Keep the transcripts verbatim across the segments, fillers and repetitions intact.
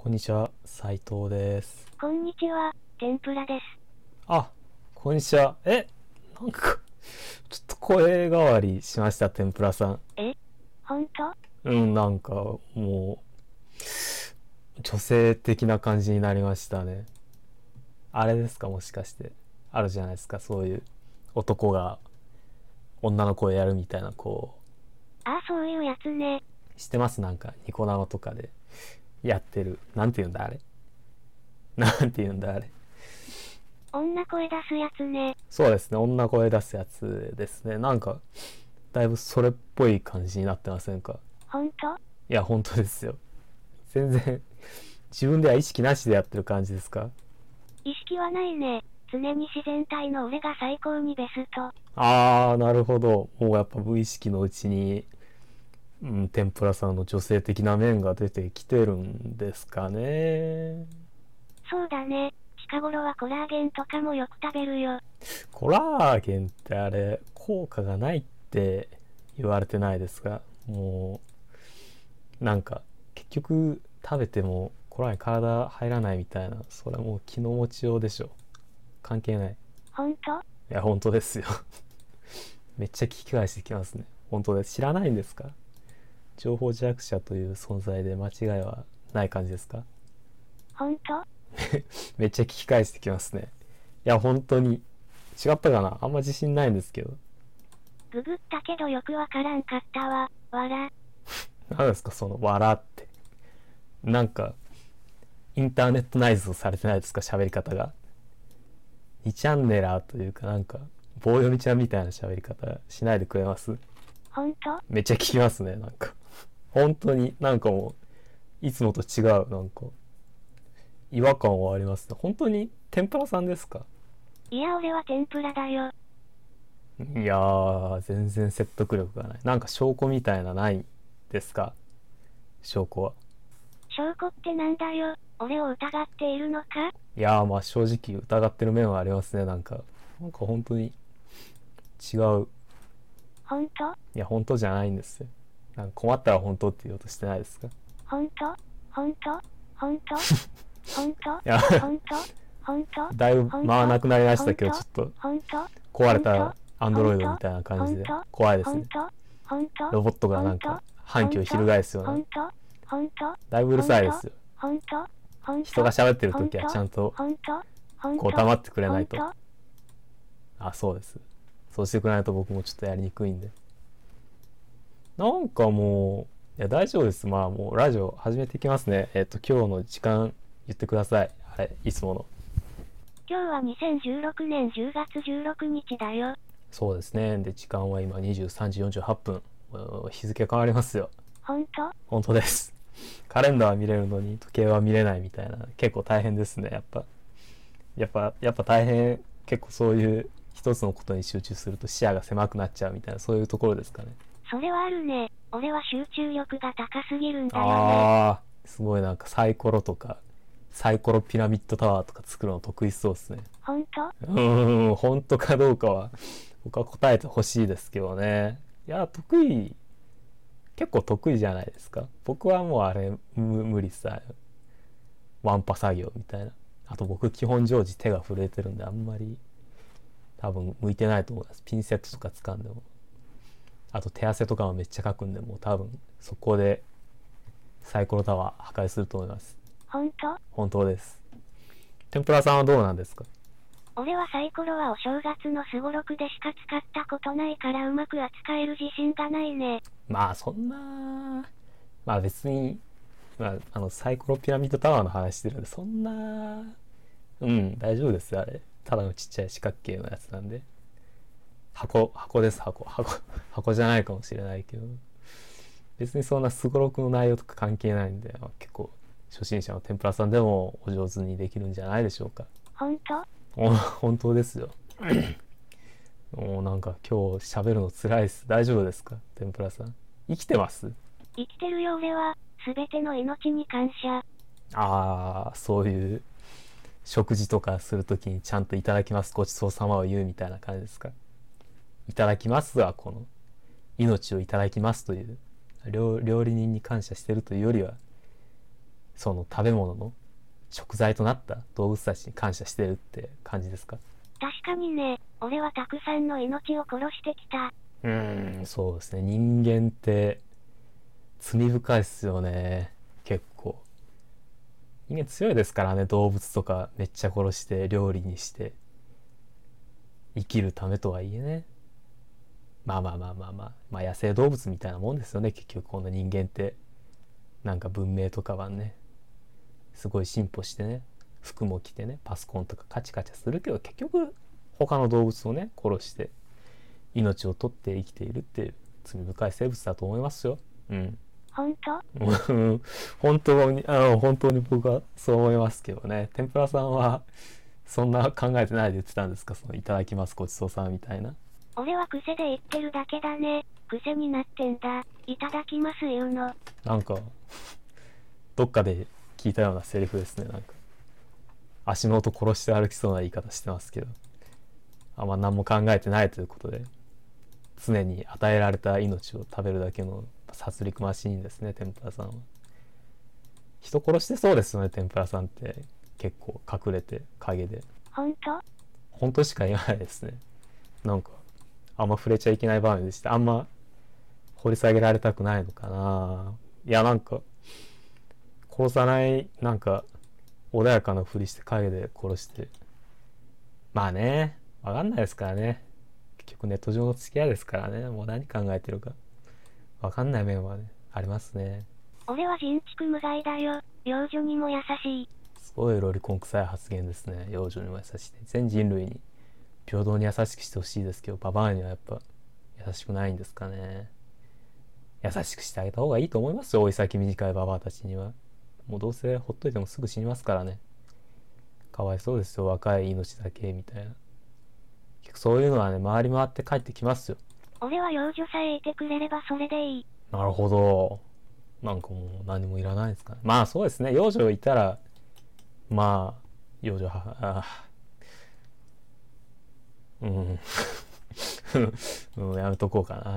こんにちは、斉藤です。 こんにちは、天ぷらです。 あ、こんにちは。え、なんか、ちょっと声変わりしました、天ぷらさん。 え、ほんと？ うん、なんか、もう、女性的な感じになりましたね。あれですか、もしかして。あるじゃないですか、そういう男が女の声やるみたいな、こああ、そういうやつね。 う、知ってます？なんか、ニコ生とかでやってる。なんて言うんだ、あれ。なんて言うんだ、あれ。 女声出すやつね。 そうですね、女声出すやつですね。なんか、だいぶそれっぽい感じになってませんか？ ほんと？ いや、本当ですよ。全然、自分では意識なしでやってる感じですか？ 意識はないね。常に自然体の俺が最高にベスト。 あー、なるほど。もうやっぱ無意識のうちに、うん、天ぷらさんの女性的な面が出てきてるんですかね。 そうだね。近頃はコラーゲンとかもよく食べるよ。 コラーゲンってあれ、効果がないって言われてないですか？もう、なんか、結局食べてもコラーゲン体入らないみたいな、それはもう気の持ちようでしょ。関係ない。いほんと？ や、本当ですよ。めっちゃ聞き返してきますね。本当です。知らないんですか？情報弱者という存在で間違いはない感じですか？ ほんと？ めっちゃ聞き返してきますね。いや、本当に。違ったかな？あんま自信ないんですけど。 ググったけどよくわからんかったわ。わら。 何ですかその笑って。なんか、インターネットナイズをされてないですか？喋り方が。にチャンネラーというかなんか、棒読みちゃんみたいな喋り方しないでくれます？ ほんと？ めっちゃ聞きますね、なんか。本当になんかもう、いつもと違う、なんか、違和感はありますね。本当に天ぷらさんですか？ いや、俺は天ぷらだよ。 いやー、全然説得力がない。なんか証拠みたいなないですか？証拠は。 証拠ってなんだよ。俺を疑っているのか？ いやー、まあ正直疑ってる面はありますね、なんか。なんか本当に違う。 ほんと？ いや、本当じゃないんですよ。なんか困ったら本当って言おうとしてないですか？いほんと？ほんと？ほんと？ほんと？ や、 ほんと？ほんと？ だいぶ間はなくなりましたけど、ちょっとほんと？ 壊れたアンドロイドみたいな感じで怖いですね。 ほんと？ ロボットがなんか反響を翻すような。 ほんと？ほんと？ だいぶうるさいですよ。 ほんと？ほんと？ 人が喋ってる時はちゃんとほんと？ こう黙ってくれないと。 ほんと？ あ、そうです。そうしてくれないと僕もちょっとやりにくいんで。なんかもう、いや大丈夫です。まあもうラジオ始めていきますね。えっと、今日の時間言ってください。あれ、いつもの。 今日はにせんじゅうろくねんじゅうがつじゅうろくにちだよ。 そうですね。で、時間は今にじゅうさんじよんじゅうはっぷん。日付変わりますよ。 ほんと？ 本当です。カレンダーは見れるのに時計は見れないみたいな。結構大変ですね、やっぱ。やっぱ、やっぱ大変、結構そういう一つのことに集中すると視野が狭くなっちゃうみたいな、そういうところですかね。 それはあるね。俺は集中力が高すぎるんだよね。 あー、すごいなんかサイコロとか、サイコロピラミッドタワーとか作るの得意そうですね。 ほんと？ うーん、本当かどうかは、僕は答えてほしいですけどね。いや、得意、結構得意じゃないですか。僕はもうあれ、無無理さ、ワンパ作業みたいな。あと僕基本常時手が震えてるんであんまり多分向いてないと思います。ピンセットとか掴んでも。あと手汗とかもめっちゃかくんで、もう多分そこでサイコロタワー破壊すると思います。 ほんと？ 本当です。天ぷらさんはどうなんですか？ 俺はサイコロはお正月のすごろくでしか使ったことないからうまく扱える自信がないね。 まあそんな、まあ別に、まああのサイコロピラミッドタワーの話してるんで、そんな、うん、大丈夫ですよ、あれ。ただのちっちゃい四角形のやつなんで。箱、箱です、箱。箱、箱じゃないかもしれないけど。別にそんなすごろくの内容とか関係ないんで、まあ、結構、初心者の天ぷらさんでもお上手にできるんじゃないでしょうか。 ほんと？ 本当ですよ。もうなんか今日喋るの辛いです。大丈夫ですか？天ぷらさん。生きてます？ 生きてるよ俺は、すべての命に感謝。 ああ、そういう、食事とかするときにちゃんといただきます、ごちそうさまを言うみたいな感じですか？いただきますはこの、命をいただきますという、料、料理人に感謝してるというよりは、 その食べ物の食材となった動物たちに感謝してるって感じですか？ 確かにね、俺はたくさんの命を殺してきた。 うーん、そうですね。人間って罪深いっすよね。結構。人間強いですからね。動物とかめっちゃ殺して料理にして生きるためとはいえね。まあまあまあまあまあ、まあ野生動物みたいなもんですよね。結局この人間って。なんか文明とかはね、すごい進歩してね、服も着てね、パソコンとかカチカチするけど、結局他の動物をね殺して命を取って生きているっていう罪深い生物だと思いますよ。うん。 本当？ 本当にあの本当に僕はそう思いますけどね。天ぷらさんはそんな考えてないで言ってたんですか？そのいただきますごちそうさんみたいな。 俺は癖で言ってるだけだね。癖になってんだ。いただきます言うの。 なんかどっかで聞いたようなセリフですね。なんか足の音殺して歩きそうな言い方してますけど、あんま何も考えてないということで、常に与えられた命を食べるだけの殺戮マシーンですね、天ぷらさんは。人殺してそうですよね、天ぷらさんって。結構隠れて影で。 本当？ 本当しか言わないですね。なんかあんま触れちゃいけない場面でした。あんま掘り下げられたくないのかな。いや、なんか殺さない、なんか穏やかなふりして影で殺して、まあね、わかんないですからね。結局ネット上の付き合いですからね。もう何考えてるかわかんない面はねありますね。 俺は人畜無害だよ。幼女にも優しい。 すごいロリコン臭い発言ですね。幼女にも優しい。全人類に平等に優しくしてほしいですけど、ババアにはやっぱ優しくないんですかね。優しくしてあげた方がいいと思いますよ。追い先短いババアたちには。もうどうせほっといてもすぐ死にますからね。かわいそうですよ、若い命だけみたいな。結構そういうのはね、回り回って帰ってきますよ。 俺は幼女さえいてくれればそれでいい。 なるほど。なんかもう何もいらないですかね。まあそうですね。幼女いたら、まあ幼女は、あうん、うん、やめとこうかな。うん、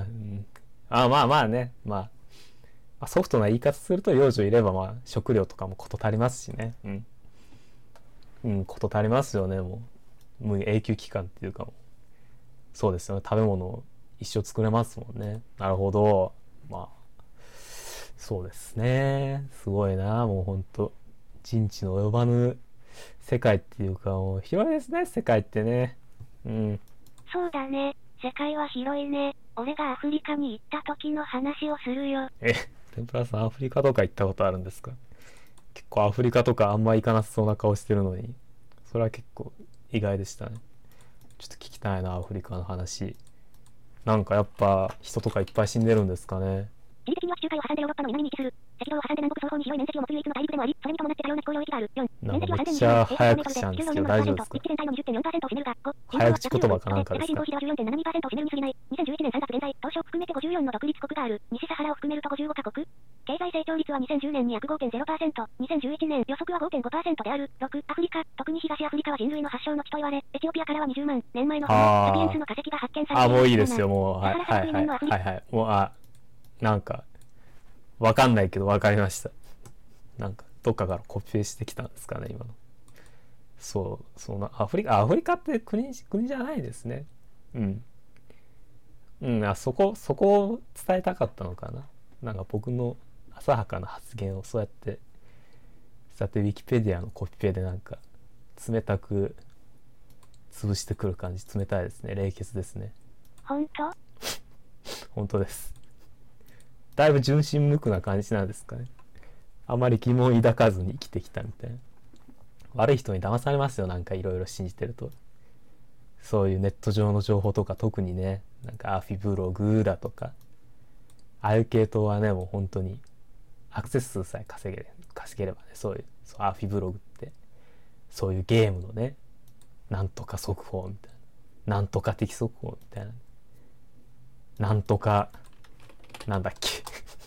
あまあまあね、まあ、まあ、ソフトな言い方すると幼女いればまあ食料とかも事足りますしね。うん、うん、事足りますよね。もう、もう永久期間っていうかもう、そうですよね。食べ物を一生作れますもんね。なるほど。まあそうですね。すごいな。もうほんと人知の及ばぬ世界っていうか、もう広いですね、世界ってね。うん。 そうだね。世界は広いね。俺がアフリカに行った時の話をするよ。 え、天ぷらさんアフリカとか行ったことあるんですか？結構アフリカとかあんま行かなさそうな顔してるのに、それは結構意外でしたね。ちょっと聞きたいな、アフリカの話。なんかやっぱ人とかいっぱい死んでるんですかね。 地理的には地中海を挟んでヨーロッパの南に位置する。赤道を挟んで南北双方に広い面積を持つ唯一の大陸でもあり、それに伴って多様な気候領域がある。よん、面積はなんかめっちゃ早口なんですけど大丈夫ですか？ 地域全体の にじゅってんよんパーセント を占めるが、ご、 早口言葉かなんかですか？ 世界人口比では じゅうよんてんななにパーセント を占めるに過ぎない。にせんじゅういちねんさんがつ現在、東証を含めてごじゅうよんの独立国がある。西サハラを含めるとごじゅうごカ国。経済成長率はにせんじゅうねんに約 ごてんゼロパーセント、にせんじゅういちねん予測は ごてんごパーセント である。ろく、アフリカ、特に東アフリカは人類の発祥の地と言われ、エチオピアからはにじゅうまん年前のホモ・サピエンスの化石が発見されている。 あ、もういいですよ、もう。はい、はい、はい。はい、はい。もう、あ、なんか、わかんないけどわかりました。なんか、どっかからコピペしてきたんですかね、今の。そう、そんな、アフリカ、アフリカって国、国じゃないですね。うん。うん、あ、そこ、そこを伝えたかったのかな。なんか僕の浅はかな発言をそうやって、そうやってウィキペディアのコピペでなんか、冷たく潰してくる感じ、冷たいですね。冷血ですね。 本当？ 本当です。だいぶ純真無垢な感じなんですかね。あまり疑問抱かずに生きてきたみたいな。悪い人に騙されますよ、なんかいろいろ信じてると。そういうネット上の情報とか特にね、なんかアフィブログだとか、ああいう系統はね、もう本当にアクセス数さえ稼げれ稼げればね、そういう、そうアフィブログって、そういうゲームのね、なんとか速報みたいな、なんとか的速報みたいな、なんとか、なんだっけ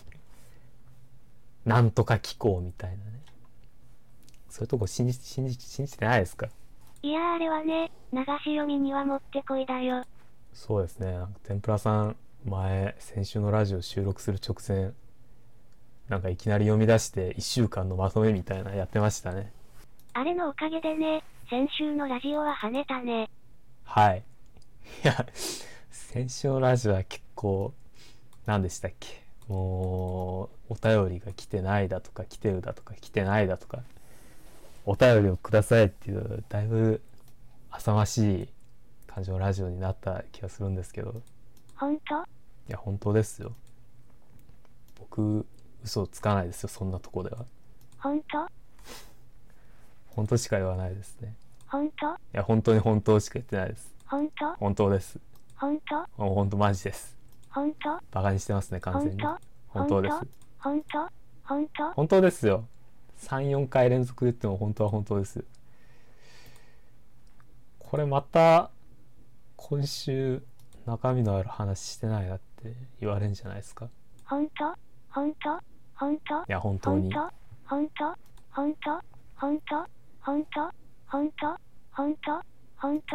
なんとか機構みたいなね、そういうとこ信じ信じ信じてないですか？ いやーあれはね、流し読みにはもってこいだよ。 そうですね。なんか天ぷらさん前先週のラジオ収録する直前なんかいきなり読み出していっしゅうかんのまとめみたいなやってましたね。 あれのおかげでね、先週のラジオは跳ねたね。 はい。いや、先週のラジオは結構、何でしたっけ、もう、お便りが来てないだとか、来てるだとか、来てないだとか、お便りをくださいっていう、だいぶ浅ましい感じのラジオになった気がするんですけど。 ほんと？ いや、本当ですよ。僕、嘘つかないですよ、そんなとこでは。 ほんと？ 本当しか言わないですね。 ほんと？ いや、本当に本当しか言ってないです。 ほんと？ 本当です。 ほんと？ もう本当マジです。 ほんと？ バカにしてますね、完全に。本当です。 ほんと？ほんと？ 本当ですよ。さん、よんかい連続言っても本当は本当です。これまた今週中身のある話してないなって言われるんじゃないですか。 ほんと？ほんと？ほんと？ いや、本当に。 ほんと？ほんと？ほんと？ほんと？ほんと？ほんと？ほんと？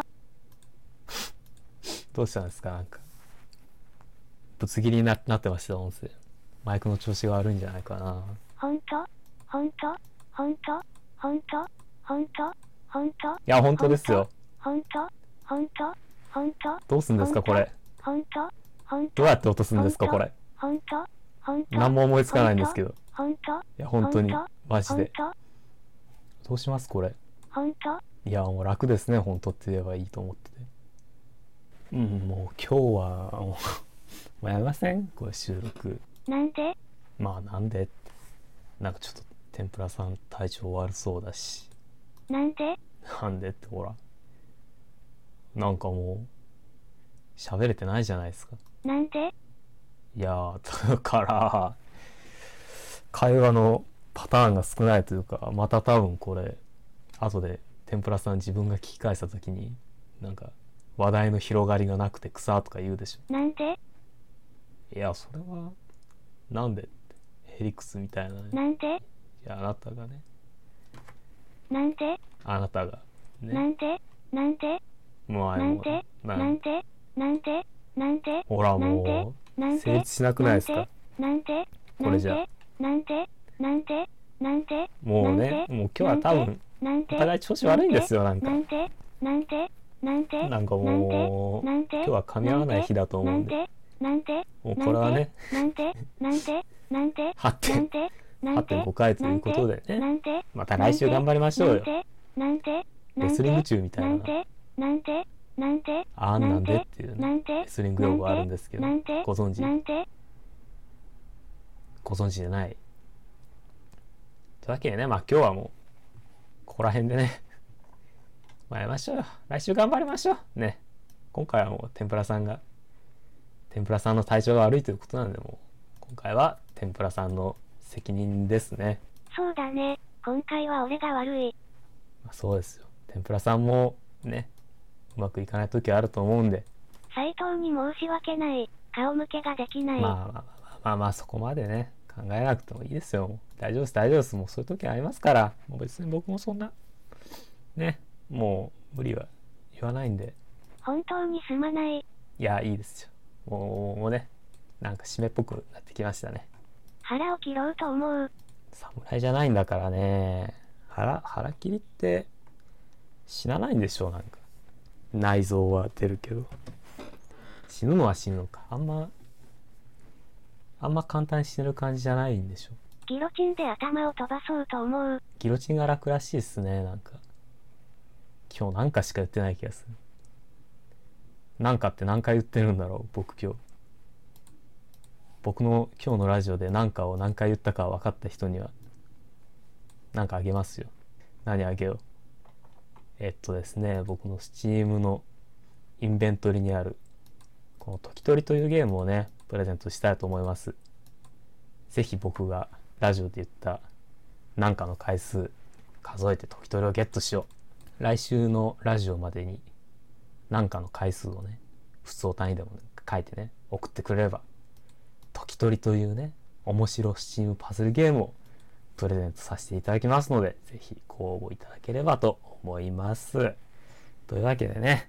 どうしたんですか、なんかぶつ切りに な, なってました、音声。マイクの調子が悪いんじゃないかな。 ほんと？ほんと？ほんと？ほんと？ほんと？ほんと？ いや、本当ですよ。 ほんと？ほんと？ほんと？ どうすんですかこれ。 ほんと？ほんと？ どうやって落とすんですかこれ。 ほんと？ほんと？ 何も思いつかないんですけど。 ほんと？ いや、本当にマジで。 ほんと？ どうしますこれ。 ほんと？ いや、もう楽ですね、本当って言えばいいと思ってて。うん、もう今日はもうやめませんこれ収録。 なんで？ まあなんで、なんかちょっと天ぷらさん体調悪そうだし。 なんで？ なんでってほら、なんかもう喋れてないじゃないですか。 なんで？ いやー、だから会話のパターンが少ないというか、また多分これ後で天ぷらさん自分が聞き返した時になんか話題の広がりがなくて草とか言うでしょ。 なんで？ いや、それはなんでってヘリクスみたいなね。 なんで？ いや、あなたがね、 なんで？ あなたがね、 なんで？なんで？ もうあれもなんで？なんで？なんで？なんで？ ほらもう成立しなくないですかなんで？ これじゃ。 なんで？なんで？なんで？ もうね、もう今日は多分お互い調子悪いんですよ。なんかなんで？なんで？なんで？ なんかもう今日は噛み合わない日だと思うんで、 なんで？ もうこれはね、 なんで？なんで？なんで？ はってんはってんごかいということでね、また来週頑張りましょうよ。 なんで？ レスリング中みたいな、 なんで？なんで？なんで？ あーんなんでっていうね、レスリング用語あるんですけど、ご存知ご存知じゃない。というわけでね、まあ今日はもうここら辺でね、まあやりましょうよ。来週頑張りましょうね。今回はもう天ぷらさんが天ぷらさんの体調が悪いということなんで、もう今回は天ぷらさんの責任ですね。 そうだね、今回は俺が悪い。 まあ、そうですよ。天ぷらさんもね、うまくいかない時はあると思うんで、 斉藤に申し訳ない。顔向けができない。 まあまあまあまあまあそこまでね考えなくてもいいですよ。大丈夫です大丈夫です。もうそういう時ありますから、もう別に僕もそんなね、もう無理は言わないんで。 本当にすまない。 いや、いいですよ。もうもうね、なんか締めっぽくなってきましたね。 腹を切ろうと思う。 侍じゃないんだからね。腹腹切りって死なないんでしょう。なんか内臓は出るけど死ぬのは死ぬのか、あんまあんま簡単に死ねる感じじゃないんでしょ。 ギロチンで頭を飛ばそうと思う。 ギロチンが楽らしいっすね。なんか今日なんかしか言ってない気がする。なんかって何回言ってるんだろう僕今日。僕の今日のラジオで何かを何回言ったか分かった人には何かあげますよ。何あげよう。えっとですね、僕の Steam のインベントリにあるこの時取りというゲームをねプレゼントしたいと思います。ぜひ僕がラジオで言った何かの回数数えて時取りをゲットしよう。来週のラジオまでに何かの回数をね普通単位でも書いてね送ってくれれば、時取りというね面白 Steam パズルゲームをプレゼントさせていただきますので、ぜひご応募いただければと思います。というわけでね、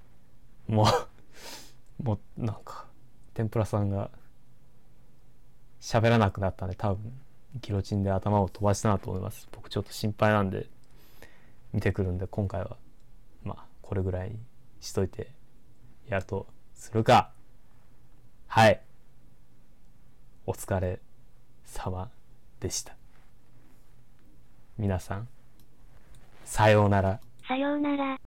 もうもうなんか天ぷらさんが喋らなくなったんで、多分ギロチンで頭を飛ばしたなと思います。僕ちょっと心配なんで見てくるんで、今回はまあこれぐらいにしといてやるとするか。はい、お疲れ様でした。皆さんさようなら。 さようなら。